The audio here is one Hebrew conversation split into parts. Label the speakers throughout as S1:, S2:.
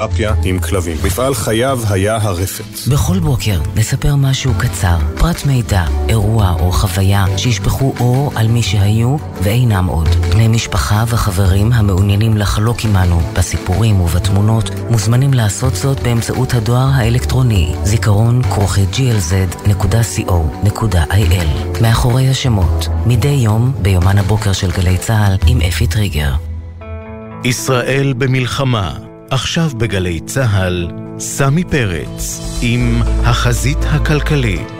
S1: עם כלבים. מפעל חייו היה הרפת.
S2: בכל בוקר נספר משהו קצר, פרט מידע, אירוע או חוויה שישפכו אור על מי שהיו ואינם עוד. בני משפחה וחברים המעוניינים לחלוק עמנו בסיפורים ובתמונות מוזמנים לעשות זאת באמצעות הדואר האלקטרוני zikaron@glz.co.il. מאחורי השמות, מדי יום ביומן הבוקר של גלי צהל עם אפי טריגר.
S3: ישראל במלחמה. עכשיו בגלי צהל, סמי פרץ עם החזית הכלכלית.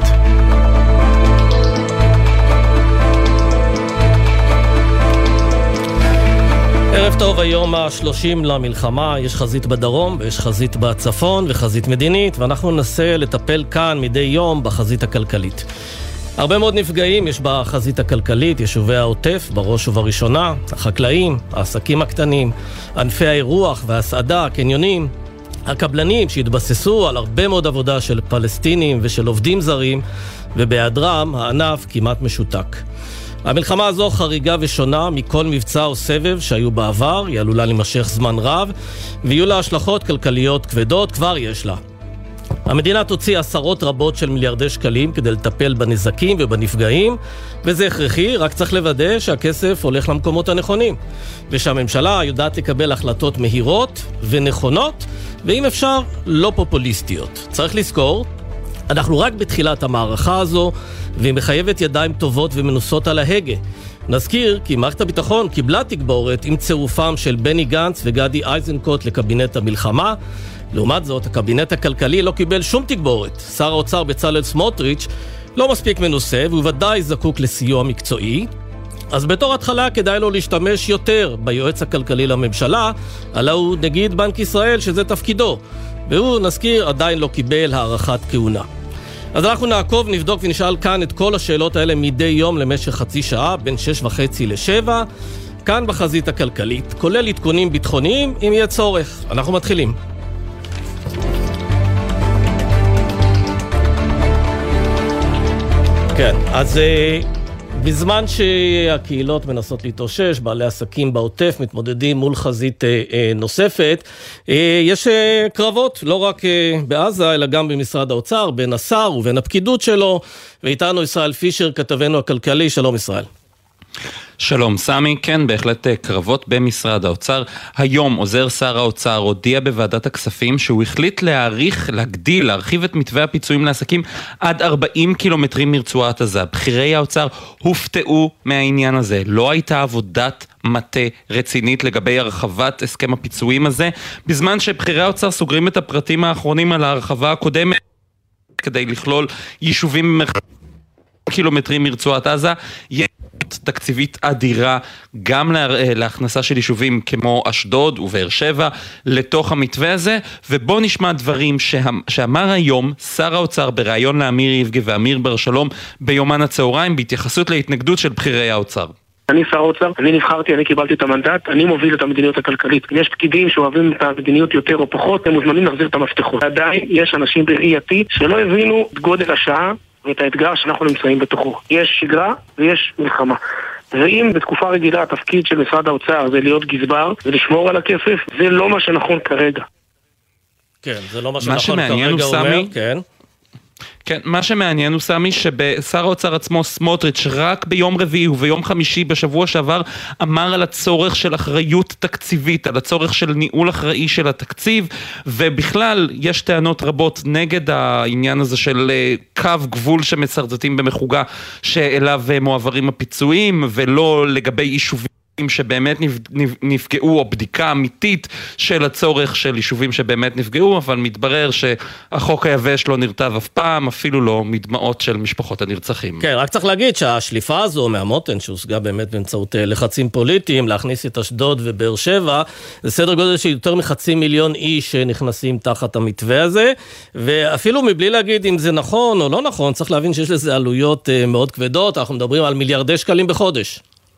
S4: ערב טוב, היום ה-30 למלחמה, יש חזית בדרום ויש חזית בצפון וחזית מדינית, ואנחנו ננסה לטפל כאן מדי יום בחזית הכלכלית. הרבה מאוד נפגעים יש בחזית הכלכלית, יישובי העוטף בראש ובראשונה, החקלאים, העסקים הקטנים, ענפי האירוח וההסעדה, הקניונים, הקבלנים שהתבססו על הרבה מאוד עבודה של פלסטינים ושל עובדים זרים, ובהיעדרם הענף כמעט משותק. המלחמה הזו חריגה ושונה מכל מבצע או סבב שהיו בעבר, היא עלולה להימשך זמן רב, ויהיו לה השלכות כלכליות כבדות, כבר יש לה. המדינה תוציא עשרות רבות של מיליארדי שקלים כדי לטפל בנזקים ובנפגעים, וזה הכרחי, רק צריך לוודא שהכסף הולך למקומות הנכונים, ושהממשלה יודעת לקבל החלטות מהירות ונכונות, ואם אפשר, לא פופוליסטיות. צריך לזכור, אנחנו רק בתחילת המערכה הזו, והיא מחייבת ידיים טובות ומנוסות על ההגה. נזכיר כי מערכת הביטחון קיבלה תגבורת עם צירופם של בני גנץ וגדי איזנקוט לקבינט המלחמה. לעומת זאת, הקבינט הכלכלי לא קיבל שום תגבורת. שר האוצר בצלאל סמוטריץ' לא מספיק מנוסה, והוא ודאי זקוק לסיוע מקצועי. אז בתור התחלה כדאי לו להשתמש יותר ביועץ הכלכלי לממשלה, עלה הוא נגיד בנק ישראל שזה תפקידו, והוא, נזכיר, עדיין לא קיבל הערכת כהונה. אז אנחנו נעקוב, נבדוק ונשאל כאן את כל השאלות האלה מדי יום למשך חצי שעה, בין 6:30 ל-7, כאן בחזית הכלכלית, כולל עדכונים ביטחוניים אם יהיה צורך. אנחנו מתחילים. כן, אז בזמן שהקהילות מנסות להתאושש, בעלי עסקים בעוטף מתמודדים מול חזית נוספת, יש קרבות לא רק בעזה אלא גם במשרד האוצר, בין השר ובין הפקידות שלו, ואיתנו ישראל פישר, כתבנו הכלכלי. שלום ישראל.
S5: שלום סמי, כן, בהחלט קרבות במשרד האוצר. היום עוזר שר האוצר הודיע בוועדת הכספים שהוא החליט להרחיב את מתווה הפיצויים לעסקים עד 40 קילומטרים מרצועת עזה. בכירי האוצר הופתעו מהעניין הזה. לא הייתה עבודת מטה רצינית לגבי הרחבת הסכם הפיצויים הזה, בזמן שבכירי האוצר סוגרים את הפרטים האחרונים על ההרחבה הקודמת כדי לכלול יישובים במרחק קילומטרים מרצועת עזה. תקציבית אדירה גם להכנסה של יישובים כמו אשדוד ובאר שבע לתוך המתווה הזה, ובוא נשמע דברים שאמר היום שר האוצר בראיון לאמיר יבגה ואמיר בר שלום ביומן הצהריים בהתייחסות להתנגדות של בכירי האוצר.
S6: אני שר האוצר, אני נבחרתי, אני קיבלתי את המנדט, אני מוביל את המדיניות הכלכלית. יש פקידים שאוהבים את המדיניות יותר או פחות, הם מוזמנים להחזיר את המפתחות. עדיין יש אנשים בראייתי שלא הבינו את גודל השעה ואת האתגר שאנחנו נמצאים בתוכו. יש שגרה ויש מלחמה. ואם בתקופה רגילה התפקיד של משרד האוצר זה להיות גזבר ולשמור על הכסף, זה לא מה שנכון כרגע.
S4: כן, זה לא מה שנכון כרגע, הוא אומר, כן.
S5: כן, מה שמעניין הוא סמי שבשר האוצר עצמו סמוטריץ' רק ביום רביעי וביום חמישי בשבוע שעבר אמר על הצורך של אחריות תקציבית, על הצורך של ניהול אחראי של התקציב, ובכלל יש טענות רבות נגד העניין הזה של קו גבול שמצרטטים במחוגה שאליו מועברים הפיצויים, ולא לגבי יישובים שבאמת נפגעו, או בדיקה אמיתית של הצורך של יישובים שבאמת נפגעו, אבל מתברר שהחוק היבש לא נרטב אף פעם, אפילו לא מדמעות של משפחות הנרצחים.
S4: כן, רק צריך להגיד שהשליפה הזו מהמותן שהושגה באמת באמצעות לחצים פוליטיים, להכניס את אשדוד ובאר שבע, זה סדר גודל של יותר מ500,000 איש שנכנסים תחת המתווה הזה, ואפילו מבלי להגיד אם זה נכון או לא נכון, צריך להבין שיש לזה עלויות מאוד כבדות, אנחנו מדברים על מיליארדי שקלים בחודש.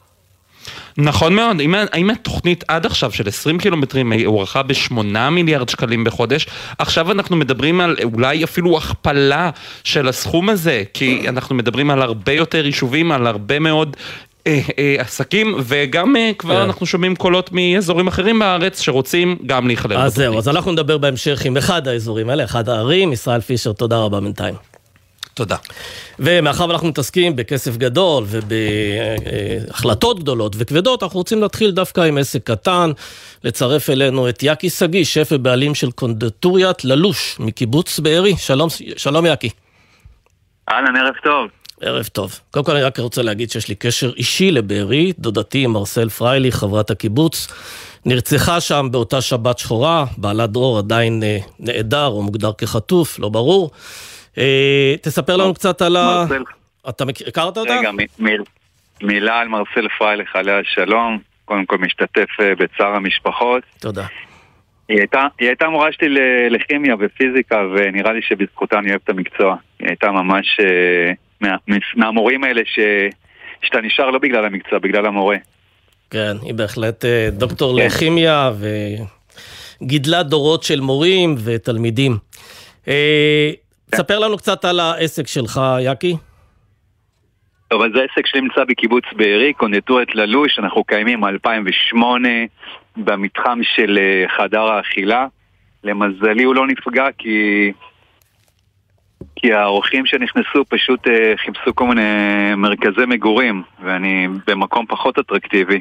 S5: נכון מאוד, אם התוכנית עד עכשיו של 20 קילומטרים הוערכה ב8 מיליארד שקלים בחודש, עכשיו אנחנו מדברים על אולי אפילו הכפלה של הסכום הזה, כי אנחנו מדברים על הרבה יותר יישובים, על הרבה מאוד עסקים, וגם כבר אנחנו שומעים קולות מאזורים אחרים בארץ שרוצים גם להיכלל בתוכנית.
S4: אז זהו, אז אנחנו נדבר בהמשך עם אחד האזורים האלה, אחד הערים. ישראל פישר, תודה רבה בינתיים.
S5: תודה.
S4: ומאחר אנחנו מתעסקים בכסף גדול ובהחלטות גדולות וכבדות, אנחנו רוצים להתחיל דווקא עם עסק קטן, לצרף אלינו את יקי סגי, שף ובעלים של קונדיטוריית ללוש מקיבוץ בארי. שלום יקי.
S7: אהלן, ערב טוב.
S4: ערב טוב. קודם כל אני רק רוצה להגיד שיש לי קשר אישי לבארי, דודתי מרסל פריילי, חברת הקיבוץ, נרצחה שם באותה שבת שחורה, בעלת דרור עדיין נעדר או מוגדר כחטוף, לא ברור. תספר לנו קצת על ה... אתה הכרת אותה?
S7: רגע, מילה על מרסל פריילי, עליה שלום, קודם כל משתתף בצער המשפחות.
S4: תודה.
S7: היא הייתה מורה שלי לכימיה ופיזיקה, ונראה לי שבזכותה אני אוהב את המקצוע. היא הייתה ממש מהמורים האלה שאתה נשאר לא בגלל המקצוע, בגלל המורה.
S4: כן, היא בהחלט דוקטור לכימיה וגידלה דורות של מורים ותלמידים. תספר לנו קצת על העסק שלך, יקי.
S7: טוב, אז העסק שלי נמצא בקיבוץ בארי, קונדיטוריית ללוש, אנחנו קיימים מ-2008 במתחם של חדר האכילה. למזלי הוא לא נפגע כי האורחים שנכנסו פשוט חיפשו כל מיני מרכזי מגורים, ואני במקום פחות אטרקטיבי,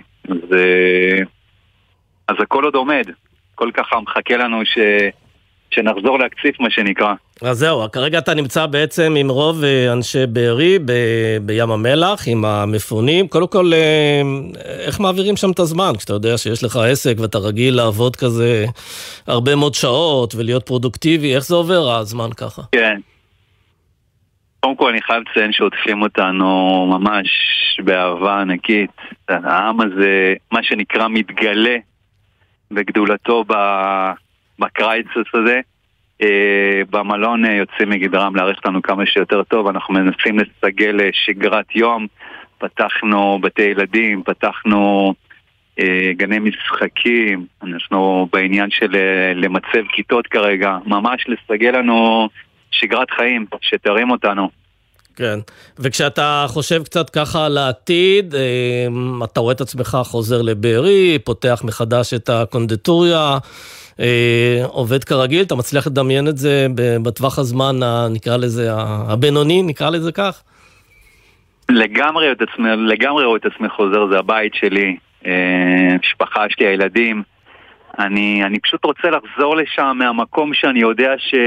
S7: אז הכל עוד עומד, כל ככה מחכה לנו שנחזור להקציף מה שנקרא.
S4: אז זהו, כרגע אתה נמצא בעצם עם רוב אנשי בארי בים המלח, עם המפונים. קודם כל, איך מעבירים שם את הזמן? כשאתה יודע שיש לך עסק ואתה רגיל לעבוד כזה הרבה מאוד שעות ולהיות פרודוקטיבי, איך זה עובר הזמן ככה?
S7: כן. קודם כל אני חייב לציין שעוטפים אותנו ממש באהבה ענקית. העם הזה, מה שנקרא, מתגלה בגדולתו בקרייצס הזה. במלון יוצאים מגדרם להעריך לנו כמה שיותר טוב. אנחנו מנסים לסגל שגרת יום. פתחנו בתי ילדים, פתחנו גני משחקים. אנחנו בעניין של למצב כיתות כרגע. ממש לסגל לנו שגרת חיים שתרים אותנו.
S4: כן, וכשאתה חושב קצת ככה על העתיד, אתה רואה את עצמך חוזר לבארי, פותח מחדש את הקונדיטוריה, עובד כרגיל, אתה מצליח לדמיין את זה בטווח הזמן, נקרא לזה, הבינוני, נקרא לזה כך?
S7: לגמרי רואה את עצמי חוזר, זה הבית שלי, משפחה שלי, הילדים. אני פשוט רוצה לחזור לשם מהמקום שאני יודע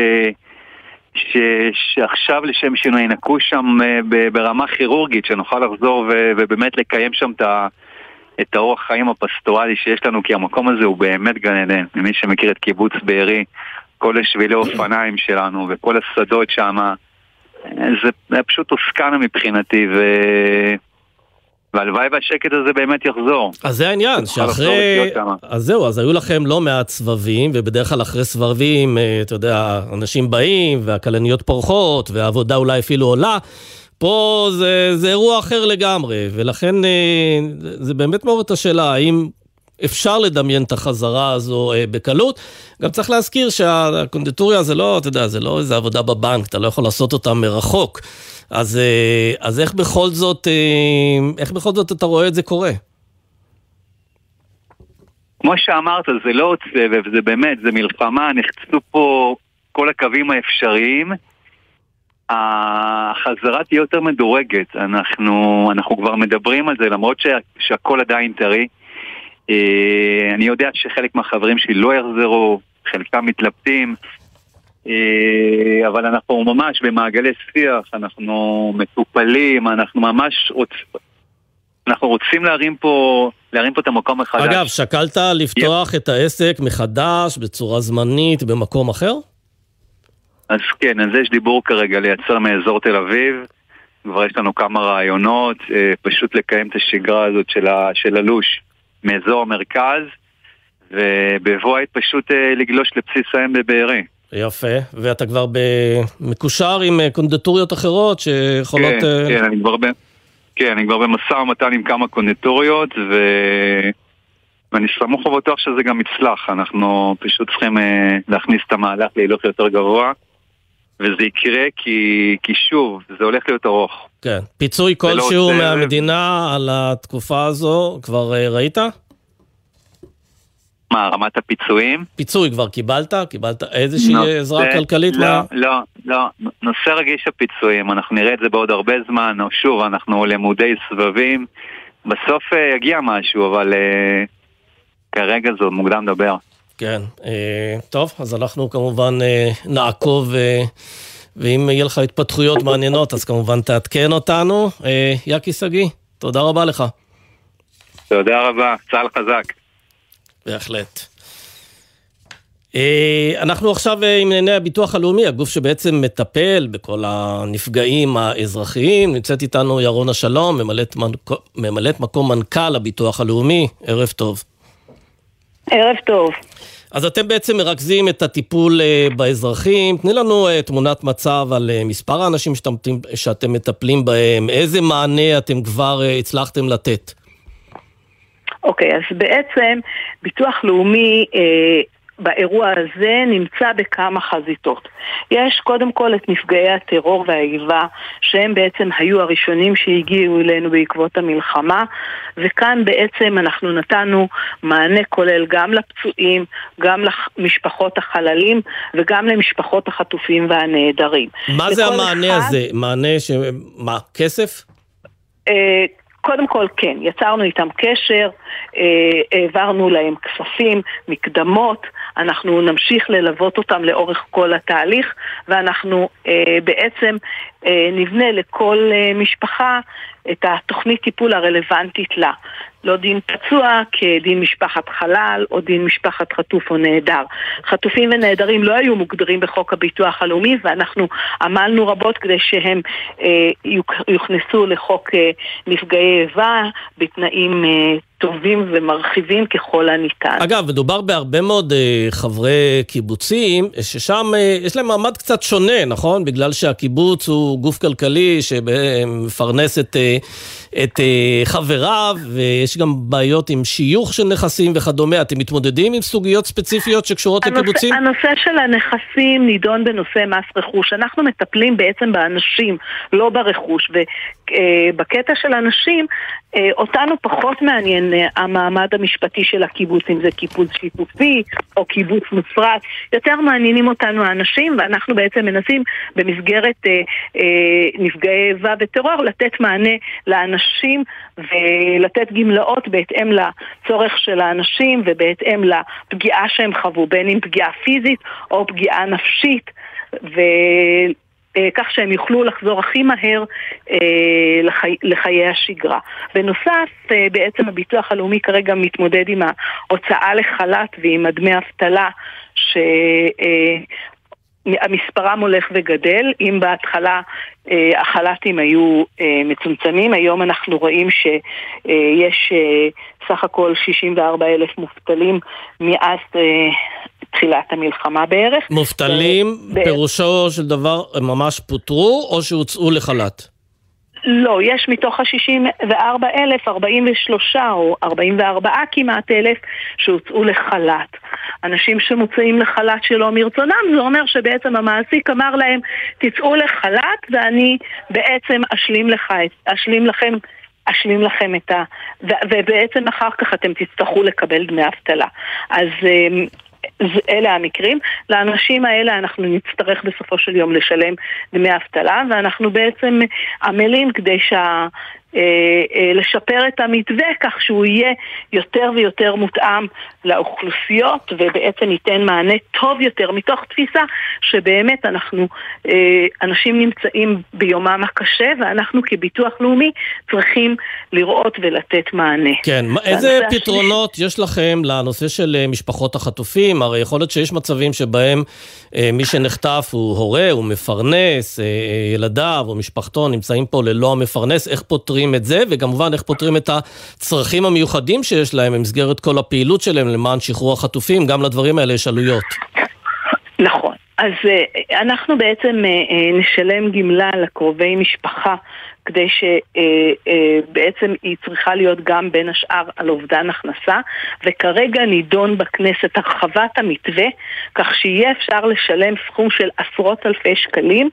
S7: שעכשיו לשם שינוי ינקו שם ברמה כירורגית, שנוכל לחזור ובאמת לקיים שם את האורח חיים הפסטורלי שיש לנו, כי המקום הזה הוא באמת גן עדן. מי שמכיר את קיבוץ בארי, כל השבילי אופניים שלנו וכל השדות שם, זה פשוט הוסקנה מבחינתי, והלוואי והשקט הזה באמת יחזור.
S4: אז זה העניין, שאחרי... אז זהו, אז היו לכם לא מעט סבבים, ובדרך כלל אחרי סבבים, אתה יודע, אנשים באים, והקלניות פורחות, והעבודה אולי אפילו עולה. פה זה אירוע אחר לגמרי, ולכן זה באמת מעורר את השאלה, האם אפשר לדמיין את החזרה הזו בקלות. גם צריך להזכיר שהקונדיטוריה זה לא, אתה יודע, זה לא איזו עבודה בבנק, אתה לא יכול לעשות אותה מרחוק. אז איך בכל זאת אתה רואה את זה קורה?
S7: כמו שאמרת, זה לא עוד סבב, זה באמת, זה מלחמה, נחצו פה כל הקווים האפשריים. החזרה תהיה יותר מדורגת, אנחנו כבר מדברים על זה, למרות שהכל עדיין טרי. אני יודע שחלק מהחברים שלי לא יחזרו, חלקם מתלבטים, אבל אנחנו ממש במעגלי שיח, אנחנו מטופלים, אנחנו ממש אנחנו רוצים להרים פה את המקום מחדש.
S4: אגב, שקלת לפתוח את העסק מחדש בצורה זמנית במקום אחר?
S7: אז כן, אז יש דיבור כרגע לייצר מאזור תל אביב, כבר יש לנו כמה רעיונות, פשוט לקיים את השגרה הזאת של ללוש מאזור המרכז, ובבוא העת פשוט לגלוש לבסיס האם בבארי.
S4: יפה, ואתה כבר מקושר עם קונדיטוריות אחרות שיכולות...
S7: כן, אני כבר במשא ומתן עם כמה קונדיטוריות, ואני סמוך ובטוח שזה גם יצלח. אנחנו פשוט צריכים להכניס את המהלך להילוך יותר גבוה, וזה יקרה כי שוב, זה הולך להיות ארוך.
S4: כן, פיצוי כלשהו מהמדינה על התקופה הזו, כבר ראית?
S7: מה, רמת הפיצויים?
S4: פיצוי כבר קיבלת? קיבלת איזושהי עזרה כלכלית?
S7: לא, נושא רגיש הפיצויים, אנחנו נראה את זה בעוד הרבה זמן, או שוב, אנחנו למודי סבבים, בסוף יגיע משהו, אבל כרגע זה מוקדם לדבר.
S4: כן, טוב, אז אנחנו כמובן נעקוב, ואם יהיה לך התפתחויות מעניינות, אז כמובן תעדכן אותנו. יקי סגי, תודה רבה לך.
S7: תודה רבה, צהל חזק.
S4: בהחלט. אנחנו עכשיו עם ענייני הביטוח הלאומי, הגוף שבעצם מטפל בכל הנפגעים האזרחיים. נמצאת איתנו ירונה שלום, ממלאת מקום מנכ"ל הביטוח הלאומי. ערב טוב.
S8: ערב טוב.
S4: אז אתם בעצם מרכזים את הטיפול באזרחים. תני לנו תמונת מצב על מספר האנשים שאתם מטפלים בהם, איזה מענה אתם כבר הצלחתם לתת.
S8: אוקיי, אז בעצם ביטוח לאומי באירוע הזה נמצא בכמה חזיתות. יש קודם כל את נפגעי הטרור והאיבה, שהם בעצם היו הראשונים שהגיעו אלינו בעקבות המלחמה, וכאן בעצם אנחנו נתנו מענה כולל גם לפצועים, גם למשפחות החללים, וגם למשפחות החטופים והנעדרים.
S4: מה זה המענה הזה? מענה מה, כסף?
S8: קודם כל כן, יצרנו איתם קשר, העברנו להם כספים, מקדמות, אנחנו נמשיך ללוות אותם לאורך כל התהליך, ואנחנו בעצם נבנה לכל משפחה את התוכנית טיפול הרלוונטית לה. לא דין פצוע כדין משפחת חלל או דין משפחת חטוף או נעדר. חטופים ונעדרים לא היו מוגדרים בחוק הביטוח הלאומי, ואנחנו עמלנו רבות כדי שהם יוכנסו לחוק נפגעי איבה בתנאים טובים ומרחיבים ככל הניתן.
S4: אגב, מדובר בהרבה מאוד חברי קיבוצים, ששם יש להם מעמד קצת שונה, נכון? בגלל שהקיבוץ הוא גוף כלכלי שמפרנס את חבריו, ויש גם בעיות עם שיוך של נכסים וכדומה. אתם מתמודדים עם סוגיות ספציפיות שקשורות לקיבוצים?
S8: הנושא של הנכסים נידון בנושא מס רכוש. אנחנו מטפלים בעצם באנשים, לא ברכוש, ובקטע של אנשים, אותנו פחות מעניין המעמד המשפטי של הקיבוץ, אם זה קיבוץ שיתופי או קיבוץ מופרד. יותר מעניינים אותנו האנשים, ואנחנו בעצם מנסים במסגרת נפגעי איבה וטרור לתת מענה לאנשים ולתת גמלאות בהתאם לצורך של האנשים ובהתאם לפגיעה שהם חוו, בין אם פגיעה פיזית או פגיעה נפשית, כך שהם יוכלו לחזור הכי מהר לחיי השגרה. בנוסף, בעצם הביטוח הלאומי כרגע מתמודד עם ההוצאה לחל"ת ועם דמי אבטלה המספרם הולך וגדל. אם בהתחלה החל"תים היו מצומצמים, היום אנחנו רואים שיש סך הכל 64,000 מובטלים מאז תחילת המלחמה בערך.
S4: מובטלים פירושו של דבר ממש פוטרו או שהוצאו לחל"ת?
S8: לא, יש מתוך ה-64,000, 43 או 44 כמעט אלף שהוצאו לחל"ת. אנשים שמוצאים לחל"ת שלא מרצונם, זה אומר שבעצם המעסיק אמר להם, תצאו לחל"ת ואני בעצם אשלים לכם את ובעצם אחר כך אתם תצטרכו לקבל דמי אבטלה. אז אלה המקרים. לאנשים האלה אנחנו נצטרך בסופו של יום לשלם דמי אבטלה, ואנחנו בעצם עמלים כדי לשפר את המתווה כך שהוא יהיה יותר ויותר מותאם לאוכלוסיות, ובעצם ייתן מענה טוב יותר מתוך תפיסה שבאמת אנשים נמצאים ביומם הקשה, ואנחנו כביטוח לאומי צריכים לראות ולתת מענה.
S4: כן, איזה פתרונות יש לכם לנושא של משפחות החטופים? הרי יכול להיות שיש מצבים שבהם מי שנחטף הוא הורה, הוא מפרנס, ילדיו או משפחתו נמצאים פה ללא המפרנס. איך פותרים את זה? וכמובן איך פותרים את הצרכים המיוחדים שיש להם במסגרת כל הפעילות שלהם למען שחרור החטופים? גם לדברים האלה יש עלויות.
S8: נכון. אז אנחנו בעצם נשלם גמלה לקרובי משפחה, כדי שבעצם היא צריכה להיות גם בין השאר על אובדן הכנסה, וכרגע נידון בכנסת הרחבת המתווה, כך שיהיה אפשר לשלם סכום של עשרות אלפי שקלים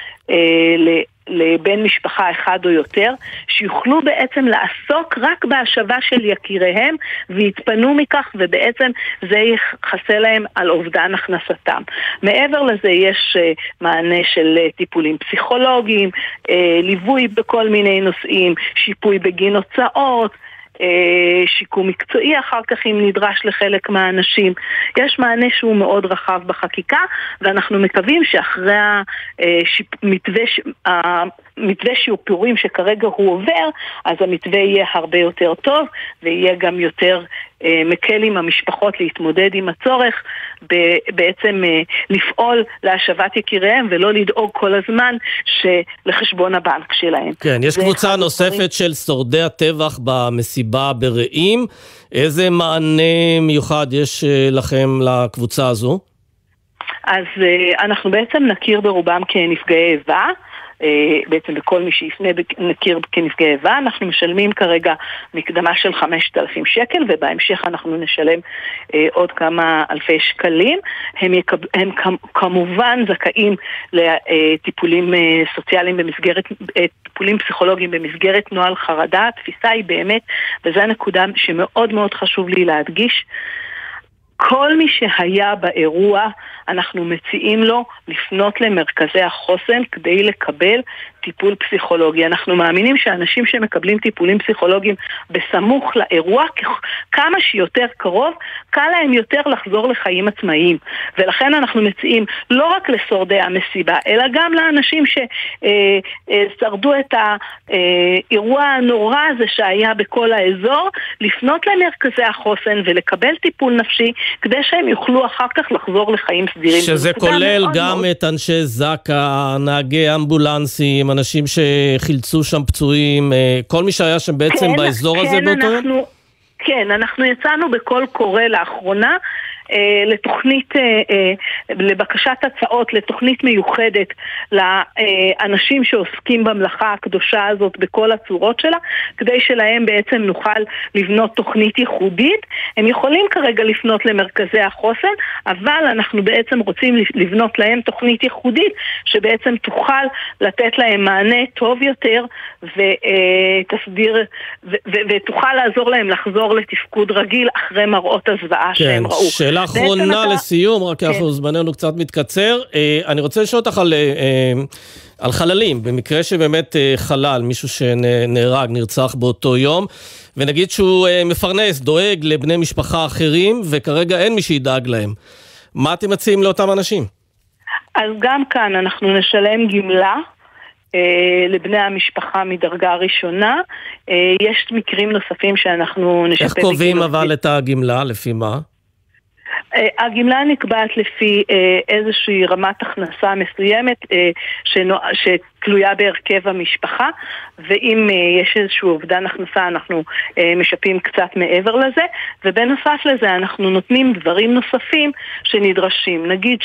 S8: לבן משפחה אחד או יותר, שיוכלו בעצם לעסוק רק בהשבה של יקיריהם, ויתפנו מכך, ובעצם זה יחסה להם על אובדן הכנסתם. מעבר לזה יש מענה של טיפולים פסיכולוגיים, ליווי בכל מיני נושאים, שיפוי בגין הוצאות, שיקום מקצועי אחר כך אם נדרש לחלק מהאנשים. יש מענה שהוא מאוד רחב בחקיקה, ואנחנו מקווים שאחרי המתווה שיפורים שכרגע הוא עובר, אז המתווה יהיה הרבה יותר טוב, ויהיה גם יותר מקל עם המשפחות להתמודד עם הצורך בעצם לפעול להשבת יקיריהם, ולא לדאוג כל הזמן לחשבון הבנק שלהם.
S4: כן, יש קבוצה נוספת של שורדי הטבח במסיבה ברעים. איזה מענה מיוחד יש לכם לקבוצה הזו?
S8: אז אנחנו בעצם נכיר ברובם כנפגעי איבה, בעצם בכל מי שיפנה נכיר כנפגעי איבה. אנחנו משלמים כרגע מקדמה של 5,000 שקל, ובהמשך אנחנו נשלם עוד כמה אלפי שקלים. הם כמובן זכאים לטיפולים סוציאליים במסגרת, טיפולים פסיכולוגיים במסגרת נוהל חרדה. התפיסה היא באמת, וזו הנקודה שמאוד מאוד חשוב לי להדגיש, כל מי שהיה באירוע, אנחנו מציעים לו לפנות למרכזי החוסן כדי לקבל טיפול פסיכולוגי. אנחנו מאמינים שאנשים שמקבלים טיפולים פסיכולוגיים בסמוך לאירוע, כמה שיותר קרוב, קל להם יותר לחזור לחיים עצמאיים. ולכן אנחנו מציעים לא רק לשורדי המסיבה, אלא גם לאנשים ששרדו את האירוע הנורא הזה שהיה בכל האזור, לפנות למרכזי החוסן ולקבל טיפול נפשי, כדי שהם יוכלו אחר כך לחזור לחיים סדירים.
S4: שזה כולל גם את אנשי זקה, נהגי אמבולנסים, אנשים שחילצו שם פצועים, כל מי שהיה שם בעצם באזור הזה באותו יום?
S8: כן, אנחנו יצאנו בכל קורא לאחרונה לתוכנית, לבקשת הצעות, לתוכנית מיוחדת לאנשים שעוסקים במלאכה הקדושה הזאת בכל הצורות שלה, כדי שלהם בעצם נוכל לבנות תוכנית ייחודית. הם יכולים כרגע לפנות למרכזי החוסן, אבל אנחנו בעצם רוצים לבנות להם תוכנית ייחודית, שבעצם תוכל לתת להם מענה טוב יותר, ותסדיר, ותוכל לעזור להם לחזור לתפקוד רגיל אחרי מראות הזוועה שהם ראו.
S4: שאלה אחרונה לסיום, רק אנחנו זמננו קצת מתקצר. אני רוצה לשאול אותך על חללים, במקרה שבאמת חלל, מישהו שנהרג, נרצח באותו יום, ונגיד שהוא מפרנס, דואג לבני משפחה אחרים, וכרגע אין מי שידאג להם. מה אתם מציעים לאותם אנשים?
S8: אז גם כאן אנחנו נשלם גמלה לבני המשפחה מדרגה ראשונה. יש מקרים נוספים שאנחנו נשפה.
S4: איך קובעים אבל את הגמלה? לפי מה?
S8: הגמלה נקבעת לפי איזושהי רמת הכנסה מסוימת שתלויה בהרכב המשפחה, ואם יש איזשהו אובדן הכנסה אנחנו משפים קצת מעבר לזה, ובנוסף לזה אנחנו נותנים דברים נוספים שנדרשים. נגיד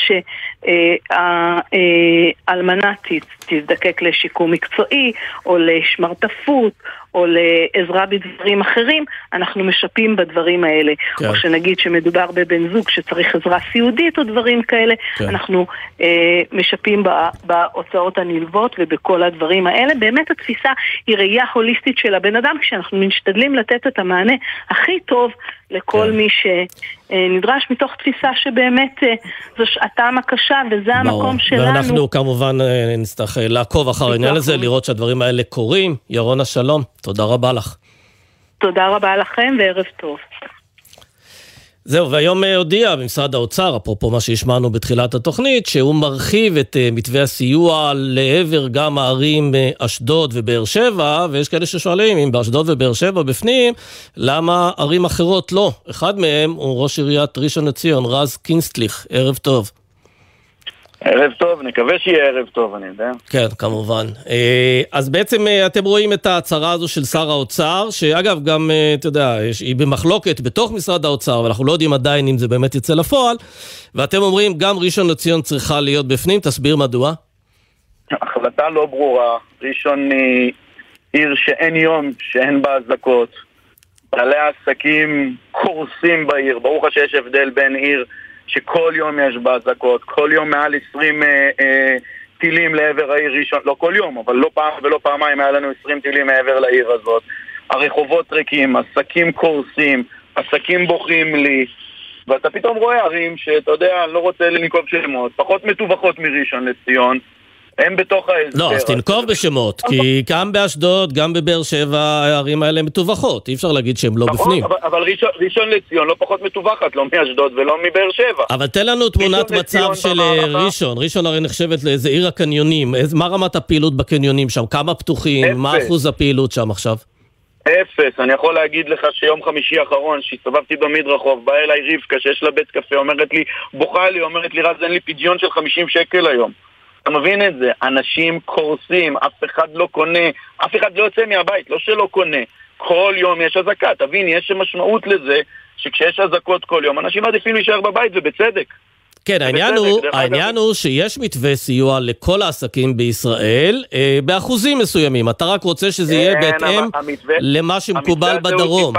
S8: שהאלמנה תזדקק לשיקום מקצועי או לשמרטפות או לעזרה בדברים אחרים, אנחנו משפים בדברים האלה. כן. או שנגיד שמדובר בבן זוג שצריך עזרה סיעודית או דברים כאלה, כן. אנחנו משפים בהוצאות הנלוות ובכל הדברים האלה. באמת התפיסה היא ראייה הוליסטית של הבן אדם, כשאנחנו משתדלים לתת את המענה הכי טוב לכל מי שנדרש, מתוך תפיסה שבאמת זו שעתם הקשה, וזה המקום שלנו.
S4: ואנחנו כמובן נצטרך לעקוב אחר העניין הזה, לראות שהדברים האלה קורים. ירונה, שלום, תודה רבה לך.
S8: תודה רבה לכם וערב טוב.
S4: זהו, והיום הודיע במשרד האוצר, אפרופו מה שהשמענו בתחילת התוכנית, שהוא מרחיב את מתווה הסיוע לעבר גם הערים אשדוד ובאר שבע, ויש כאלה ששואלים אם באשדוד ובאר שבע בפנים, למה ערים אחרות לא? אחד מהם הוא ראש עיריית ראשון לציון, רז קינסטליך. ערב טוב.
S9: ערב טוב, נקווה שיהיה ערב טוב, אני יודע.
S4: כן, כמובן. אז בעצם אתם רואים את ההצהרה הזו של שר האוצר, שאגב גם, אתה יודע, היא במחלוקת בתוך משרד האוצר, ואנחנו לא יודעים עדיין אם זה באמת יצא לפועל, ואתם אומרים גם ראשון לציון צריכה להיות בפנים, תסביר מדוע?
S9: החלטה לא ברורה, ראשון היא עיר שאין יום שאין בה הזקות, בעלי העסקים קורסים בעיר, ברוך שיש הבדל בין עיר שכל יום יש בה הזקות, כל יום מעל 20 טילים לעבר העיר ראשון, לא כל יום, אבל לא פעם ולא פעמיים היה לנו 20 טילים מעבר לעיר הזאת, הרחובות ריקים, עסקים קורסים, עסקים בוכים לי, ואתה פתאום רואה ערים שאתה יודע, אני לא רוצה לנקוב שמות, פחות מטווחות מראשון לציון, הם בתוך ההסדר.
S4: לא, אז תנקוב בשמות, כי גם באשדוד, גם בבאר שבע, הערים האלה מטווחות, אי אפשר להגיד שהם לא בפנים.
S9: אבל ראשון לציון לא פחות מטווחת, לא מאשדוד ולא מבאר שבע.
S4: אבל תן לנו תמונת מצב של ראשון. ראשון הרי נחשבת לאיזה עיר הקניונים, מה רמת הפעילות בקניונים שם? כמה פתוחים? מה אחוז הפעילות שם עכשיו?
S9: אפס. אני יכול להגיד לך שיום חמישי האחרון שהסתובבתי במדרחוב, באה אליי רבקה שיש לה בית קפה, אומרת לי, בוכה לי, אומרת לי, רז, אין לי פדיון של 50 שקל היום. אתה מבין את זה? אנשים קורסים, אף אחד לא קונה, אף אחד לא יוצא מהבית, לא שלא קונה. כל יום יש הזקה, תבין, יש משמעות לזה שכשיש הזקות כל יום, אנשים עדיפים להישאר בבית ובצדק.
S4: כן, העניין הוא שיש מתווה סיוע לכל העסקים בישראל, באחוזים מסוימים. אתה רק רוצה שזה יהיה בהתאם למה שמקובל בדרום.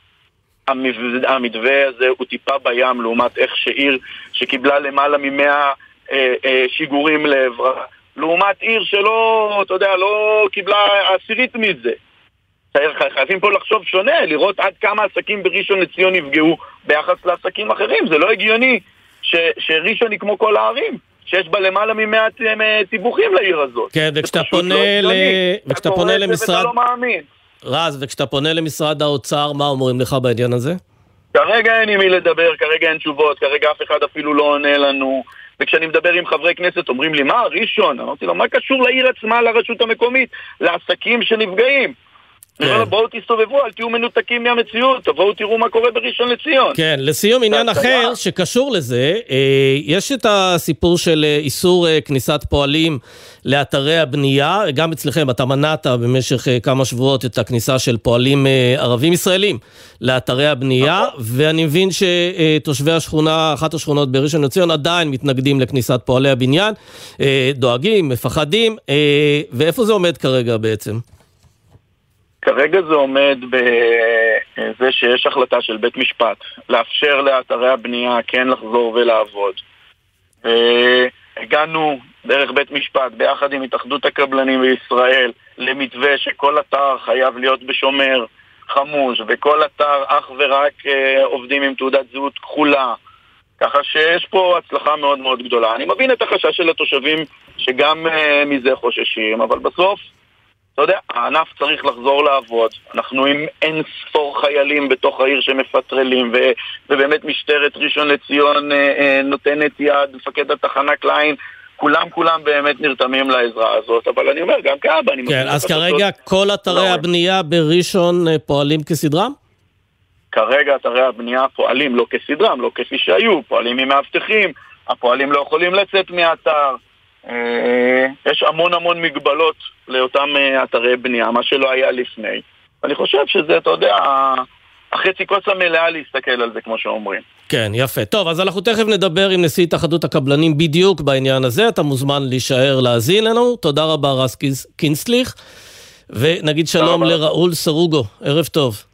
S9: המתווה הזה הוא טיפה בים, לעומת איך שעיר שקיבלה למעלה מ100 שיגורים לעברה, לעומת עיר שלא, אתה יודע, לא קיבלה עשירית מזה. חייבים פה לחשוב שונה, לראות עד כמה עסקים בראשון לציון נפגעו ביחס לעסקים אחרים. זה לא הגיוני שראשון היא כמו כל הערים, שיש בה למעלה מ100 טיבוחים לעיר הזאת.
S4: כן, וכשאתה פונה למשרד... רז, וכשאתה פונה למשרד האוצר, מה אומרים לך בעניין הזה?
S9: כרגע אין עם מי לדבר, כרגע אין תשובות, כרגע אף אחד אפילו לא עונה לנו. וכשאני מדבר עם חברי כנסת, אומרים לי, מה, ראשון? אמרתי לו, מה קשור לעיר עצמה, לרשות המקומית, לעסקים שנפגעים? בואו תסתובבו, אל תהיו מנותקים מהמציאות, תבואו תראו מה קורה בראשון לציון.
S4: כן, לסיום עניין אחר שקשור לזה, יש את הסיפור של איסור כניסת פועלים לאתרי הבנייה, גם אצלכם אתה מנעת במשך כמה שבועות את הכניסה של פועלים ערבים ישראלים לאתרי הבנייה, ואני מבין שתושבי השכונה, אחת השכונות בראשון לציון, עדיין מתנגדים לכניסת פועלי הבניין, דואגים, מפחדים, ואיפה זה עומד כרגע בעצם?
S9: כרגע זה עומד בזה שיש החלטה של בית משפט לאפשר לאתרי הבנייה כן לחזור ולעבוד. הגענו דרך בית משפט ביחד עם התאחדות הקבלנים בישראל למתווה שכל אתר חייב להיות בשומר חמוש, וכל אתר אך ורק עובדים עם תעודת זהות כחולה, ככה שיש פה הצלחה מאוד מאוד גדולה. אני מבין את החשש של התושבים שגם מזה חוששים, אבל בסוף אתה יודע, הענף צריך לחזור לעבוד. אנחנו עם אין ספור חיילים בתוך העיר שמפטרלים, ובאמת משטרת ראשון לציון נותנת יד, מפקד התחנה קליין, כולם באמת נרתמים לעזרה הזאת. אבל אני אומר, גם כאבא, אני
S4: כן, אז כרגע כל אתרי הבנייה בראשון פועלים כסדרם?
S9: כרגע אתרי הבנייה פועלים לא כסדרם, לא כפי שהיו, פועלים עם מאבטחים, הפועלים לא יכולים לצאת מהאתר. יש המון מגבלות לאותם אתרי בנייה, מה שלא היה לפני. אני חושב שזה, אתה יודע, החצי כוס המלאה להסתכל על זה, כמו שאומרים.
S4: כן, יפה. טוב, אז אנחנו תכף נדבר עם נשיא התאחדות הקבלנים בדיוק בעניין הזה. אתה מוזמן להישאר להאזין לנו. תודה רבה, רז קינסטליך. ונגיד שלום לראול סרוגו. ערב טוב.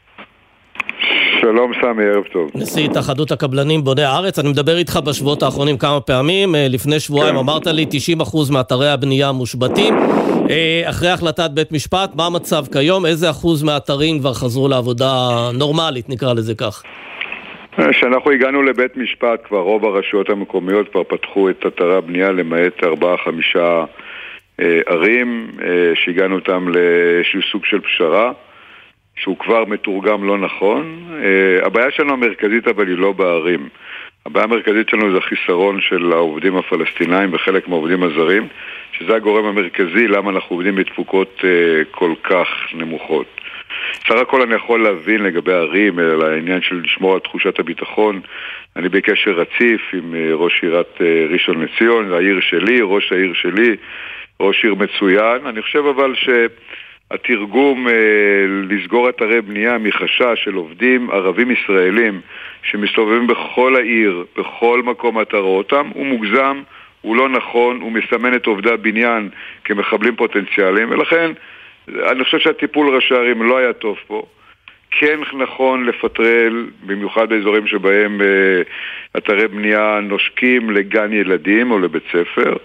S10: שלום סמי, ערב טוב.
S4: נשיא התאחדות הקבלנים בוני הארץ, אני מדבר איתך בשבועות האחרונים כמה פעמים, לפני שבועיים אמרת לי 90% מאתרי הבנייה מושבתים, אחרי החלטת בית משפט, מה המצב כיום, איזה אחוז מהאתרים כבר חזרו לעבודה נורמלית, נקרא לזה כך?
S10: כשאנחנו הגענו לבית משפט, כבר רוב הרשויות המקומיות כבר פתחו את אתרי הבנייה למעט 4-5 ערים, שהגענו אותם לאיזשהו סוג של פשרה, שהוא כבר מתורגם לא נכון. הבעיה שלנו המרכזית אבל היא לא בערים. הבעיה המרכזית שלנו זה החיסרון של העובדים הפלסטינאים וחלק מהעובדים הזרים, שזה הגורם המרכזי למה אנחנו עובדים בתפוקות כל כך נמוכות. סך הכל אני יכול להבין לגבי הערים, על העניין של לשמור על תחושת הביטחון. אני בקשר רציף עם ראש עירת ראשון לציון, העיר שלי, ראש העיר שלי, ראש עיר מצוין. אני חושב אבל שהתרגום לסגור אתרי בנייה מחשש של עובדים ערבים ישראלים שמסתובבים בכל העיר, בכל מקום אתרו אותם, הוא מוגזם, הוא לא נכון, הוא מסמן את עובדי הבניין כמחבלים פוטנציאליים, ולכן אני חושב שהטיפול ראשי הערים לא היה טוב פה. כן נכון לפטרל, במיוחד באזורים שבהם אתרי בנייה נושקים לגן ילדים או לבית ספר.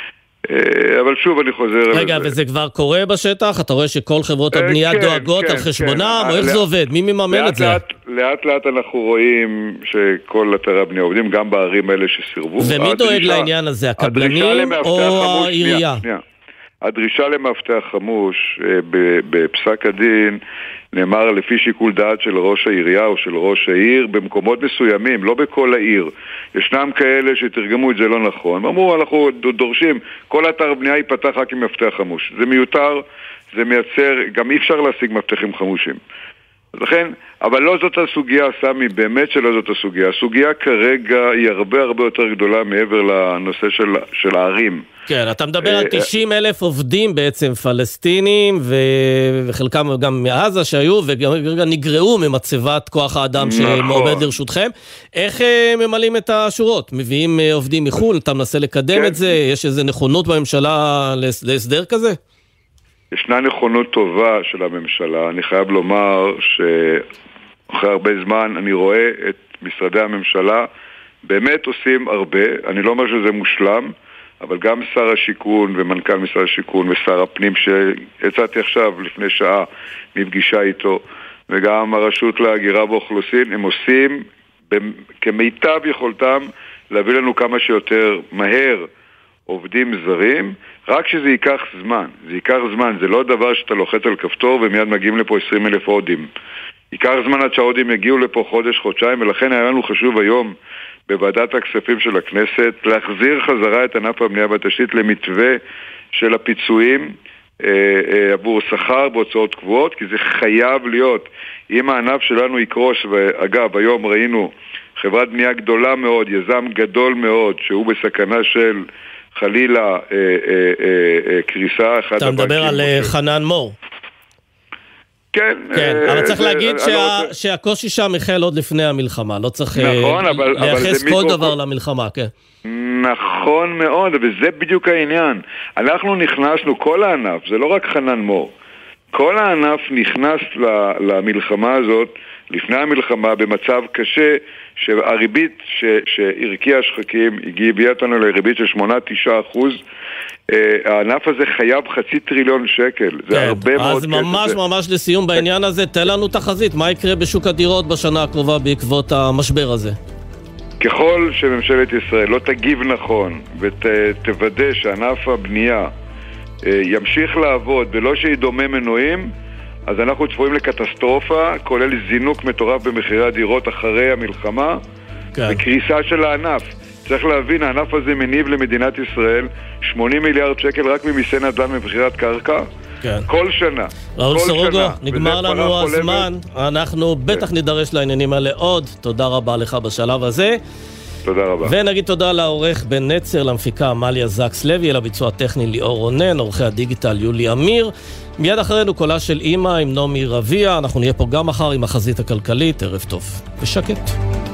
S10: אבל שוב אני חוזר...
S4: רגע, וזה כבר קורה בשטח? אתה רואה שכל חברות הבנייה דואגות על חשבונם? או איך זה עובד? מי מממן את זה?
S10: לאט לאט אנחנו רואים שכל אתרי הבנייה עובדים, גם בערים האלה שסירבו.
S4: ומי דואג לעניין הזה? הקבלנים או העירייה?
S10: הדרישה למאבטח חמוש בפסק הדין נאמר לפי שיקול דעת של ראש העירייה או של ראש העיר במקומות מסוימים, לא בכל העיר. ישנם כאלה שתרגמו את זה לא נכון. אמרו, אנחנו דורשים, כל אתר בנייה ייפתח רק עם מפתח חמוש. זה מיותר, זה מייצר, גם אי אפשר להשיג מפתחים חמושים. לכן, אבל לא זאת הסוגיה, סמי, באמת שלא זאת הסוגיה. הסוגיה כרגע היא הרבה הרבה יותר גדולה מעבר לנושא של הערים.
S4: כן, אתה מדבר על 90,000 עובדים בעצם פלסטינים, וחלקם גם מעזה שהיו, וגם נגרעו ממצבת כוח האדם שמעומד לרשותכם. איך ממלאים את השורות? מביאים עובדים מחול, אתה מנסה לקדם את זה? יש איזו נכונות בממשלה להסדר כזה?
S10: ישנה נכונות טובה של הממשלה. אני חייב לומר שאחרי הרבה זמן אני רואה את משרדי הממשלה באמת עושים הרבה. אני לא אומר שזה מושלם, אבל גם שר השיכון ומנכ"ל משרד השיכון ושר הפנים שיצאתי עכשיו לפני שעה מפגישה איתו, וגם הרשות להגירה באוכלוסין, הם עושים כמיטב יכולתם להביא לנו כמה שיותר מהר עובדים זרים, רק שזה ייקח זמן. זה ייקח זמן, זה לא דבר שאתה לוחץ על כפתור ומיד מגיעים לפה 20,000 עודים. ייקח זמן עד שהעודים יגיעו לפה חודש, חודשיים, ולכן היה לנו חשוב היום בוועדת הכספים של הכנסת להחזיר חזרה את ענף הבנייה והתשתית למתווה של הפיצויים עבור שכר בהוצאות קבועות, כי זה חייב להיות. אם הענף שלנו יקרוס, ואגב היום ראינו חברת בנייה גדולה מאוד, יזם גדול מאוד, שהוא בסכנה של חלילה קריסה.
S4: אתה מדבר על חנן מור.
S10: כן.
S4: אבל צריך להגיד שהקושי שם החל עוד לפני המלחמה, לא צריך לייחס כל דבר למלחמה, כן.
S10: נכון מאוד, וזה בדיוק העניין. אנחנו נכנסנו, כל הענף, זה לא רק חנן מור, כל הענף נכנס למלחמה הזאת, לפני המלחמה, במצב קשה, שהריבית שהרקיע השחקים הגיעה אותנו לריבית של 8-9%. הענף הזה חייב 500 טריליון שקל. זה הרבה מאוד
S4: כסף. אז ממש לסיום בעניין הזה, תן לנו תחזית. מה יקרה בשוק הדירות בשנה הקרובה בעקבות המשבר הזה?
S10: ככל שממשלת ישראל לא תגיב נכון ותוודא שענף הבנייה ימשיך לעבוד ולא שידומה מנועים, אז אנחנו צפויים לקטסטרופה, כולל זינוק מטורף במחירי הדירות אחרי המלחמה, וקריסה של הענף. צריך להבין, הענף הזה מניב למדינת ישראל 80 מיליארד שקל רק ממיסי נדל"ן ומחירת קרקע. כל שנה.
S4: ראול סרוגו, נגמר לנו הזמן. אנחנו בטח נידרש לעניינים האלה עוד. תודה רבה לך בשלב הזה.
S10: תודה רבה.
S4: ונגיד תודה לעורך בן נצר, למפיקה אמליה זקס לוי, לביצוע הטכני ליאור רונן, עורכי הדיגיטל יולי אמיר. מיד אחרינו קולה של אמא עם נעמי רביע. אנחנו נהיה פה גם מחר עם החזית הכלכלית. ערב טוב ושקט.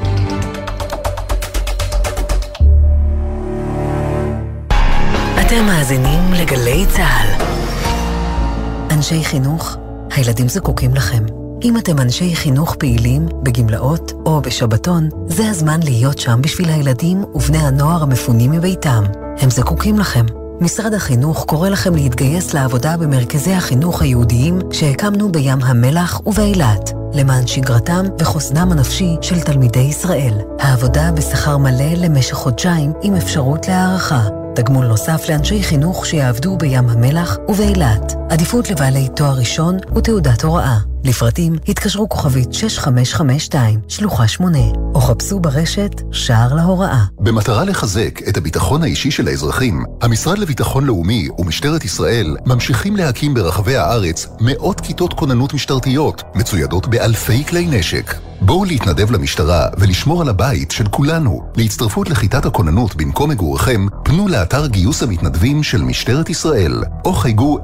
S2: אתם מאזינים לגלי צהל. אנשי חינוך, הילדים זקוקים לכם. אם אתם אנשי חינוך פעילים, בגמלאות או בשבתון, זה הזמן להיות שם בשביל הילדים ובני הנוער המפונים מביתם. הם זקוקים לכם. משרד החינוך קורא לכם להתגייס לעבודה במרכזי החינוך היהודיים שהקמנו בים המלח ובאילת, למען שגרתם וחוסנם הנפשי של תלמידי ישראל. העבודה בשכר מלא למשך חודשיים עם אפשרות להערכה. תגמול נוסף לאנשי חינוך שיעבדו בים המלח ובאילת. עדיפות לבעלי תואר ראשון ותעודת הוראה.
S11: לפרטים התקשרו כוכבית 6552, שלוחה 8, או חפשו ברשת שער להוראה.
S12: במטרה לחזק את הביטחון האישי של האזרחים, המשרד לביטחון לאומי ומשטרת ישראל ממשיכים להקים ברחבי הארץ מאות כיתות כוננות משטרתיות, מצוידות באלפי כלי נשק. בואו להתנדב למשטרה ולשמור על הבית של כולנו. להצטרפות לכיתת הכוננות במקום מגורכם, פנו לאתר גיוס המתנדבים של משטרת ישראל, או חייגו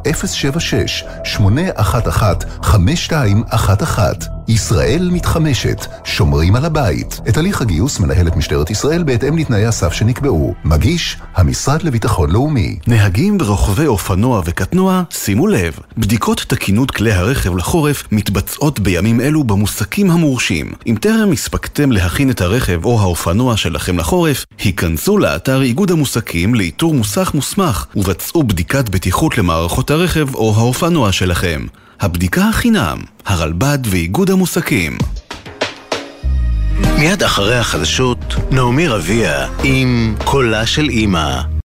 S12: 076-811-5211. ישראל מתחמשת, שומרים על הבית. את הליך הגיוס מנהלת משטרת ישראל בהתאם לתנאי הסף שנקבעו. מגיש המשרד לביטחון לאומי.
S13: נהגים ורוכבי אופנוע וקטנוע, שימו לב, בדיקות תקינות כלי הרכב לחורף מתבצעות בימים אלו במוסקים המורשים. אם טרם הספקתם להכין את הרכב או האופנוע שלכם לחורף, היכנסו לאתר איגוד המוסקים לאיתור מוסך מוסמך ובצעו בדיקת בטיחות למערכות הרכב או האופנוע שלכם. הבדיקה החינם, הרלב"ד ואיגוד המוסקים.
S3: מיד אחרי החדשות, נעמי רביע עם קולה של אמא.